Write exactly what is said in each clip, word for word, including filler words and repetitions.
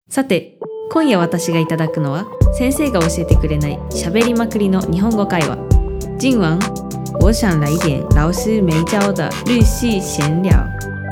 さて、今夜私がいただくのは先生が教えてくれない喋りまくりの日本語会話。今晚我想来点老师没教的日系闲聊。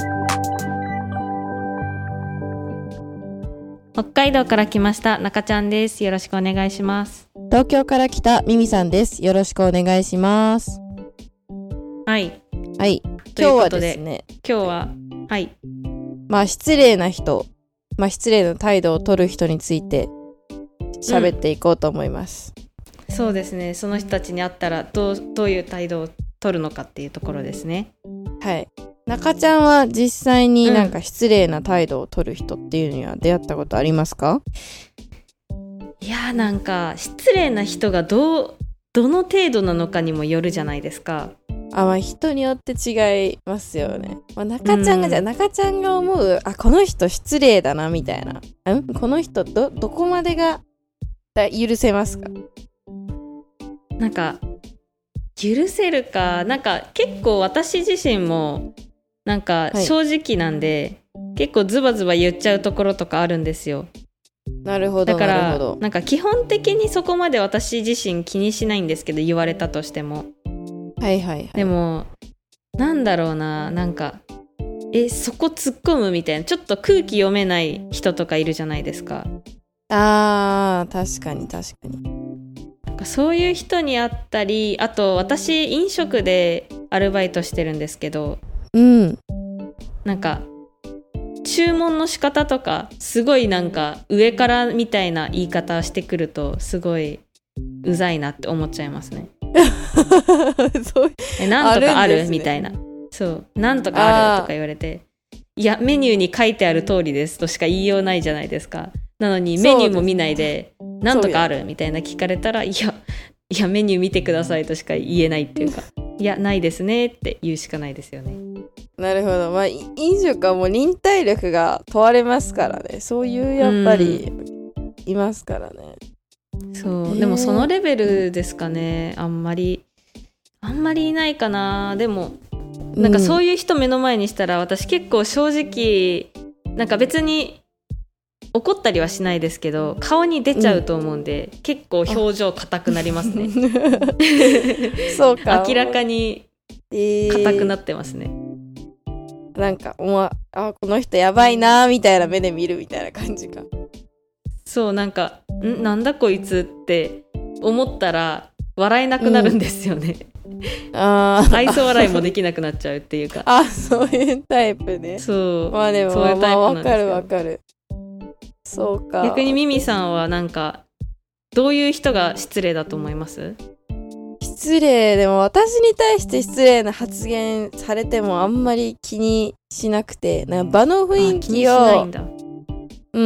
北海道から来ました中ちゃんです。よろしくお願いします。 東京から来たミミさんです。よろしくお願いします。 はいはい。今日はですね、 今日ははいまあ失礼な人、まあ失礼な態度を取る人について喋っていこうと思います、 うん、そうですね。その人たちに会ったらどう、どういう態度を取るのかっていうところですね。 はい。中ちゃんは実際になんか失礼な態度を取る人っていうには出会ったことありますか？ いやー、なんか失礼な人がどうどの程度なのかにもよるじゃないですか。 あ、まあ人によって違いますよね。まあ、中ちゃんが、うん、じゃあ中ちゃんが思う、あ、この人失礼だなみたいな、んこの人どどこまでが許せますか？ なんか許せるか、なんか結構私自身もなんか正直なんで、はい、結構ズバズバ言っちゃうところとかあるんですよ。 なるほど。 だからなるほど。 なんか基本的にそこまで私自身気にしないんですけど、言われたとしても。 はいはいはい。 でもなんだろうな、なんかえそこ突っ込むみたいな、ちょっと空気読めない人とかいるじゃないですか。 あー、確かに確かに。 なんかそういう人に会ったり、あと私飲食でアルバイトしてるんですけど、 うん、 なんか注文の仕方とかすごいなんか上からみたいな言い方してくるとすごいうざいなって思っちゃいますね。そうえなんとかある、ね、みたいな、そうなんとかあるとか言われて、いやメニューに書いてある通りですとしか言いようないじゃないですか。なのにメニューも見ないでなんとかあるみたいな聞かれたら、いやいやメニュー見てくださいとしか言えないっていうかいやないですねって言うしかないですよね。 なるほど。まあ飲食はもう忍耐力が問われますからね。そういうやっぱりいますからね。 そうでもそのレベルですかね。あんまりあんまりいないかな。でもなんかそういう人目の前にしたら、うん、私結構正直なんか別に怒ったりはしないですけど顔に出ちゃうと思うんで、うん、結構表情硬くなりますね。そうか。明らかに硬くなってますね、 えー、なんかおまあこの人やばいなみたいな目で見るみたいな感じか。 そうなんかんなんだこいつって思ったら笑えなくなるんですよね、うん、あ愛想笑いもできなくなっちゃうっていうか。 あ、そういうタイプね。 そうまあでもそういうタイプなんですよ。 わかるわかる。そうか。 逆にミミさんはなんかどういう人が失礼だと思います？ 失礼、でも私に対して失礼な発言されてもあんまり気にしなくて、なんか場の雰囲気を、あ、気にしないんだ。うん、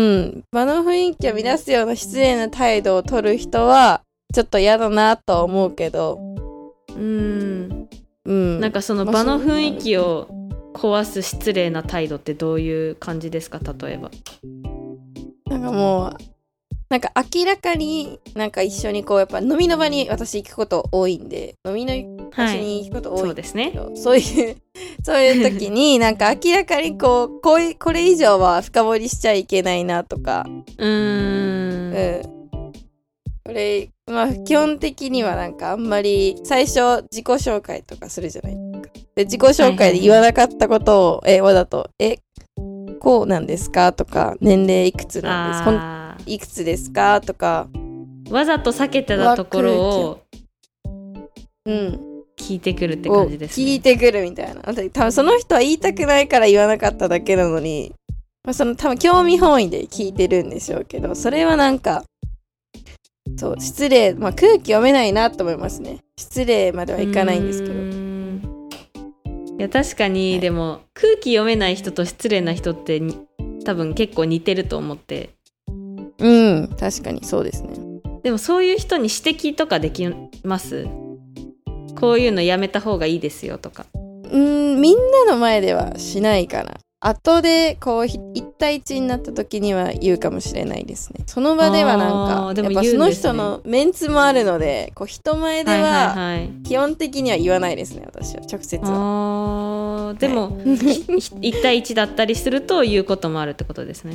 場の雰囲気を乱すような失礼な態度を取る人はちょっと嫌だなとは思うけど、 うーん、うん、なんかその場の雰囲気を壊す失礼な態度ってどういう感じですか？例えばなんかもうなんか明らかになんか一緒にこうやっぱ飲みの場に私行くこと多いんで、飲みの場所に行くこと多いんですけど、はい、そうですね、そういうそういう時になんか明らかにこうこうこれ以上は深掘りしちゃいけないなとか、 うーん、 うん、これまあ基本的にはなんかあんまり最初自己紹介とかするじゃないですか。で自己紹介で言わなかったことを英語だとえこうなんですかとか、年齢いくつなんですいくつですかとか、 わざと避けてたところをうん聞いてくるって感じですね。 聞いてくるみたいな。多分その人は言いたくないから言わなかっただけなのに、まあ、その多分興味本位で聞いてるんでしょうけど、それはなんかそう失礼、まあ、空気読めないなと思いますね。失礼まではいかないんですけど。 いや確かに、はい、でも空気読めない人と失礼な人って多分結構似てると思って。 うん、確かにそうですね。 でもそういう人に指摘とかできます？こういうのやめた方がいいですよとか。 うーん、みんなの前ではしないかな。後でこう一対一になった時には言うかもしれないですね。その場ではなんかでも、ね、やっぱその人のメンツもあるので、こう人前では基本的には言わないですね、私は直接は。 あでも、はい、いち対いちだったりすると言うこともあるってことですね。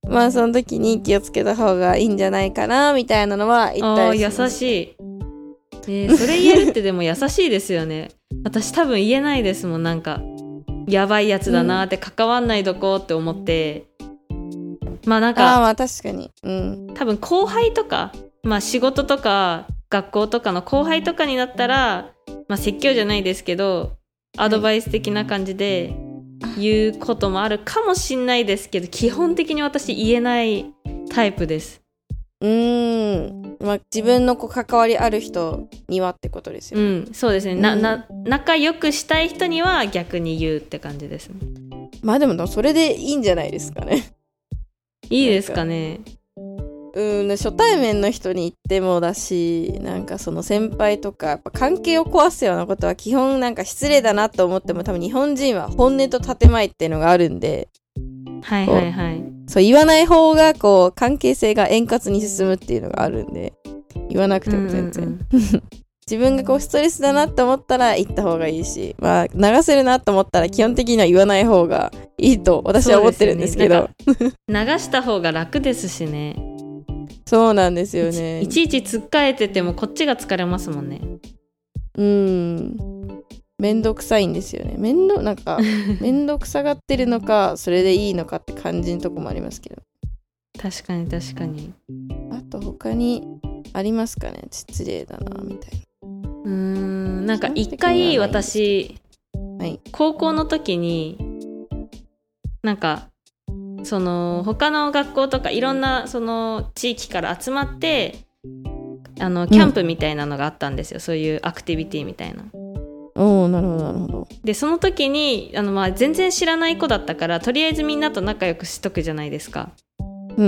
まあその時に気をつけた方がいいんじゃないかなみたいなのは言ったりします。 あー優しい、えー、それ言えるってでも優しいですよね。私多分言えないですもん。なんかやばいやつだなって関わんないどこって思って、うん、まあなんかあまあ確かに、うん、 多分後輩とか、まあ仕事とか学校とかの後輩とかになったら、まあ説教じゃないですけどアドバイス的な感じで言うこともあるかもしんないですけど、基本的に私言えないタイプです。 うーん、まあ、自分のこう関わりある人にはってことですよね。 うん、そうですね、うん、なな仲良くしたい人には逆に言うって感じですね。 まあでもそれでいいんじゃないですかね。 いいですかね。 うん、初対面の人に言ってもだし、なんかその先輩とかやっぱ関係を壊すようなことは基本なんか失礼だなと思っても、多分日本人は本音と建前っていうのがあるんで、 はいはいはい、 そう言わない方がこう関係性が円滑に進むっていうのがあるんで、言わなくても全然、うんうんうん、自分がこうストレスだなって思ったら言った方がいいし、まあ流せるなと思ったら基本的には言わない方がいいと私は思ってるんですけど、 ね、流した方が楽ですしね。 そうなんですよね。 いちいちつっかえててもこっちが疲れますもんね。 うーん、めんどくさいんですよね。めんどなんかめんどくさがってるのかそれでいいのかって感じのとこもありますけど。 確かに確かに。 あと他にありますかね、失礼だなみたいな。 うーん、なんか一回私、はい、高校の時になんかその他の学校とかいろんなその地域から集まってあのキャンプみたいなのがあったんですよ、うん、そういうアクティビティみたいな。 おー、なるほどなるほど。 でその時にあの、まあ、全然知らない子だったからとりあえずみんなと仲良くしとくじゃないですか。 うんうん。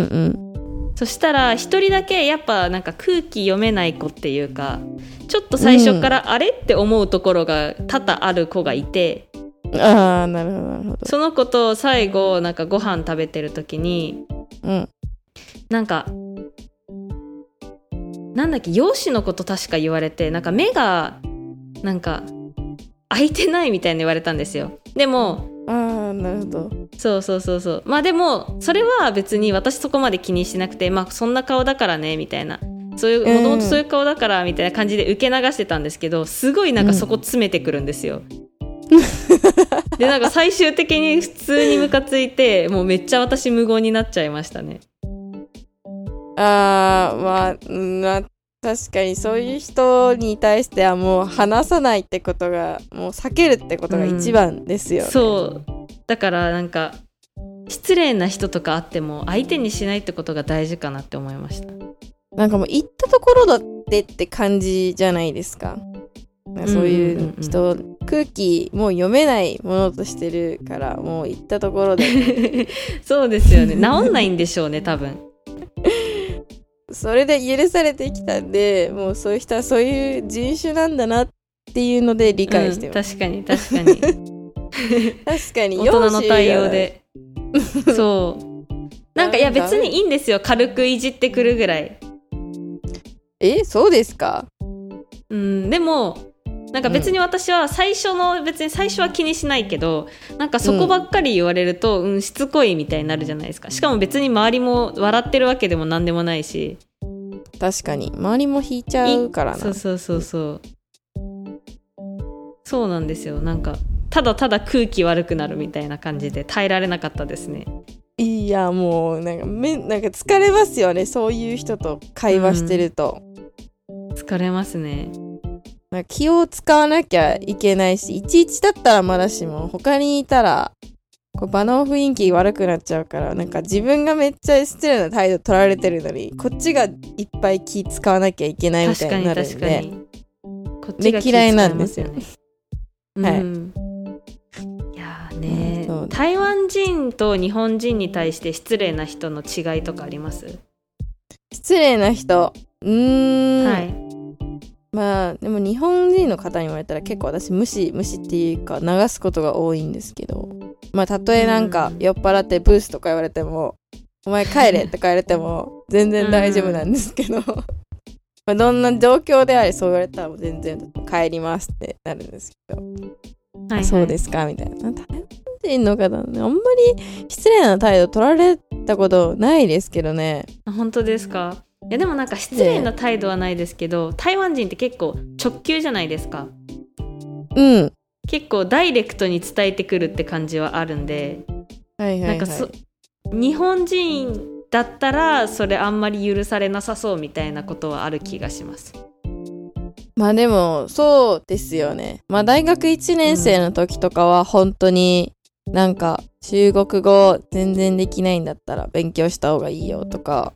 そしたら一人だけやっぱなんか空気読めない子っていうか、ちょっと最初からあれって思うところが多々ある子がいて、 ああ、なるほどなるほど。 その子と最後なんかご飯食べてる時に、うん、なんかなんだっけ容姿のこと確か言われて、なんか目がなんか開いてないみたいに言われたんですよ。でもああ、なるほど。 そうそうそうそう、まあでもそれは別に私そこまで気にしなくて、まあそんな顔だからねみたいな、そういうもともとそういう顔だからみたいな感じで受け流してたんですけど、すごいなんかそこ詰めてくるんですよ、うん、でなんか最終的に普通にムカついて、もうめっちゃ私無言になっちゃいましたね。 あー、まあ、まあ、確かにそういう人に対してはもう話さないってことが、もう避けるってことが一番ですよね、うん、 そうだからなんか失礼な人とかあっても相手にしないってことが大事かなって思いました。 なんかもう行ったところだってって感じじゃないですか。なんかそういう人、うんうんうん、空気もう読めないものとしてるから、もう行ったところでそうですよね、治んないんでしょうね多分それで許されてきたんで、もうそういう人はそういう人種なんだなっていうので理解してます、 うん、確かに確かに確かに大人の対応でそうなんかいや別にいいんですよ、軽くいじってくるぐらい。 え、そうですか。 うん、でもなんか別に私は最初の、別に最初は気にしないけど、なんかそこばっかり言われると、うん、うん、しつこいみたいになるじゃないですか。しかも別に周りも笑ってるわけでもなんでもないし。 確かに周りも引いちゃうからな。 そうそうそうそうそうなんですよ。なんかただただ空気悪くなるみたいな感じで耐えられなかったですね。 いやもうなんかめなんか疲れますよね、そういう人と会話してると、 うん、疲れますね。 気を使わなきゃいけないし、いちいちだったらまだしも他にいたらこう場の雰囲気悪くなっちゃうから、なんか自分がめっちゃ失礼な態度取られてるのにこっちがいっぱい気使わなきゃいけないみたいになるんで、確かに確かにこっちが気使いますよね。はい、うん、いやーね、うん、 台湾人と日本人に対して失礼な人の違いとかあります？ 失礼な人、うーん、はい、まあでも日本人の方に言われたら結構私無視無視っていうか流すことが多いんですけど、まあたとえなんか酔っ払ってブースとか言われても、お前帰れって帰れても全然大丈夫なんですけどまあどんな状況であれそう言われたらもう全然帰りますってなるんですけど、はいはい、そうですかみたいな。台湾人の方ね、あんまり失礼な態度取られたことないですけどね。 あ、本当ですか？いやでもなんか失礼な態度はないですけど、台湾人って結構直球じゃないですか。 うん。 結構ダイレクトに伝えてくるって感じはあるんで、 はいはいはい、 なんかそ日本人だったらそれあんまり許されなさそうみたいなことはある気がします。 まあでもそうですよね。まあ大学いちねん生の時とかは本当になんか中国語全然できないんだったら勉強した方がいいよとか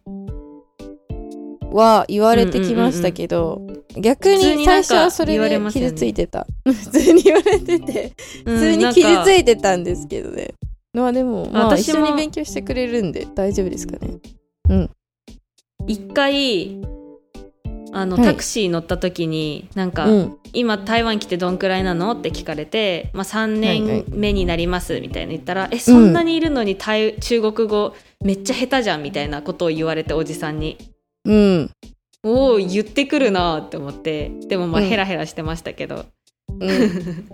は言われてきましたけど、うんうんうんうん、逆に最初はそれで傷ついてた、ね、普通に言われてて普通に傷ついてたんですけどね。まあでもまあ一緒に勉強してくれるんで大丈夫ですかね。うん。 一回あの、はい、タクシー乗った時になんか、うん、今台湾来てどんくらいなのって聞かれて、まあ、さんねんめになりますみたいな言ったら、はいはい、えそんなにいるのにタイ、うん、中国語めっちゃ下手じゃんみたいなことを言われて、おじさんに、 うん、 おお言ってくるなって思って、でもまあヘラヘラしてましたけど、 うんうん、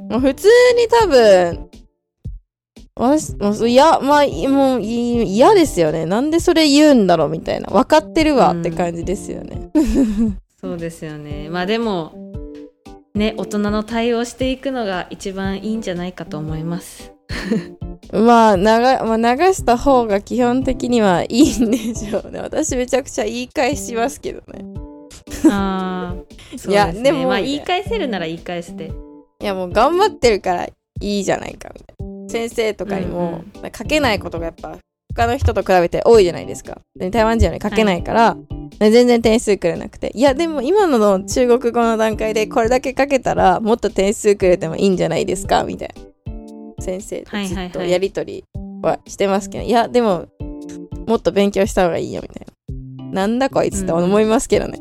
もう普通に多分私もういやまあもう嫌ですよね。なんでそれ言うんだろうみたいな、分かってるわって感じですよね、うん、 そうですよね。まあでもね、大人の対応していくのが一番いいんじゃないかと思いますまあ、流、まあ、流した方が基本的にはいいんでしょうね。私めちゃくちゃ言い返しますけどね。 ああ、そうですね。いやでも、まあ、言い返せるなら言い返して、 いやもう頑張ってるからいいじゃないかみたいな。先生とかにも、うんうん、書けないことがやっぱ他の人と比べて多いじゃないですか。で台湾人より書けないから、はい、全然点数くれなくて、いやでも今のの中国語の段階でこれだけ書けたらもっと点数くれてもいいんじゃないですかみたいな、先生とずっとやり取りはしてますけど、はいはいはい、いやでももっと勉強した方がいいよみたいな、なんだこいつって思いますけどね、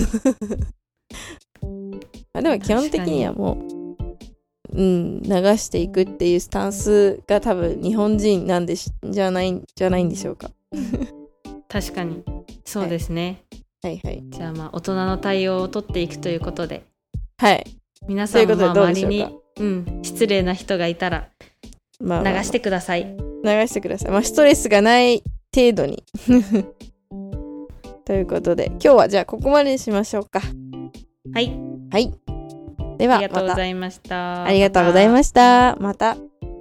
うん、まあでも基本的にはもううん、流していくっていうスタンスが多分日本人なんでしじゃないじゃないんでしょうか。 確かにそうですね、 はい、はいはい。 じゃあまあ大人の対応を取っていくということで、 はい、 皆さんもまあ周りに、うん、失礼な人がいたら流してください、まあまあまあ、流してください、まあ、ストレスがない程度にということで今日はじゃあここまでにしましょうか。 はいはい、ではありがとうございました。 ありがとうございました。また。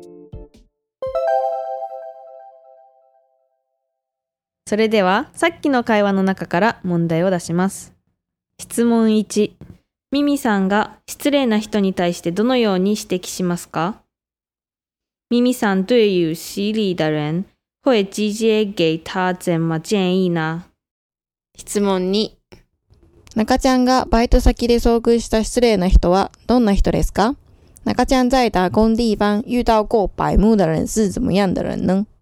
それではさっきの会話の中から問題を出します。質問いち、ミミさんが失礼な人に対してどのように指摘しますか？ミミさん对于失礼的人会直接给他怎么建议呢？ 質問に、中ちゃんがバイト先で遭遇した失礼な人はどんな人ですか？中ちゃん在打工地方遇到过白目的人是怎么样的人呢？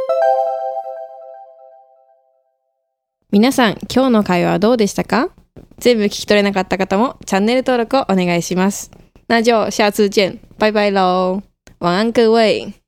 皆さん、今日の会話はどうでしたか？全部聞き取れなかった方もチャンネル登録をお願いします。那就下次見。拜拜喽。晚安各位。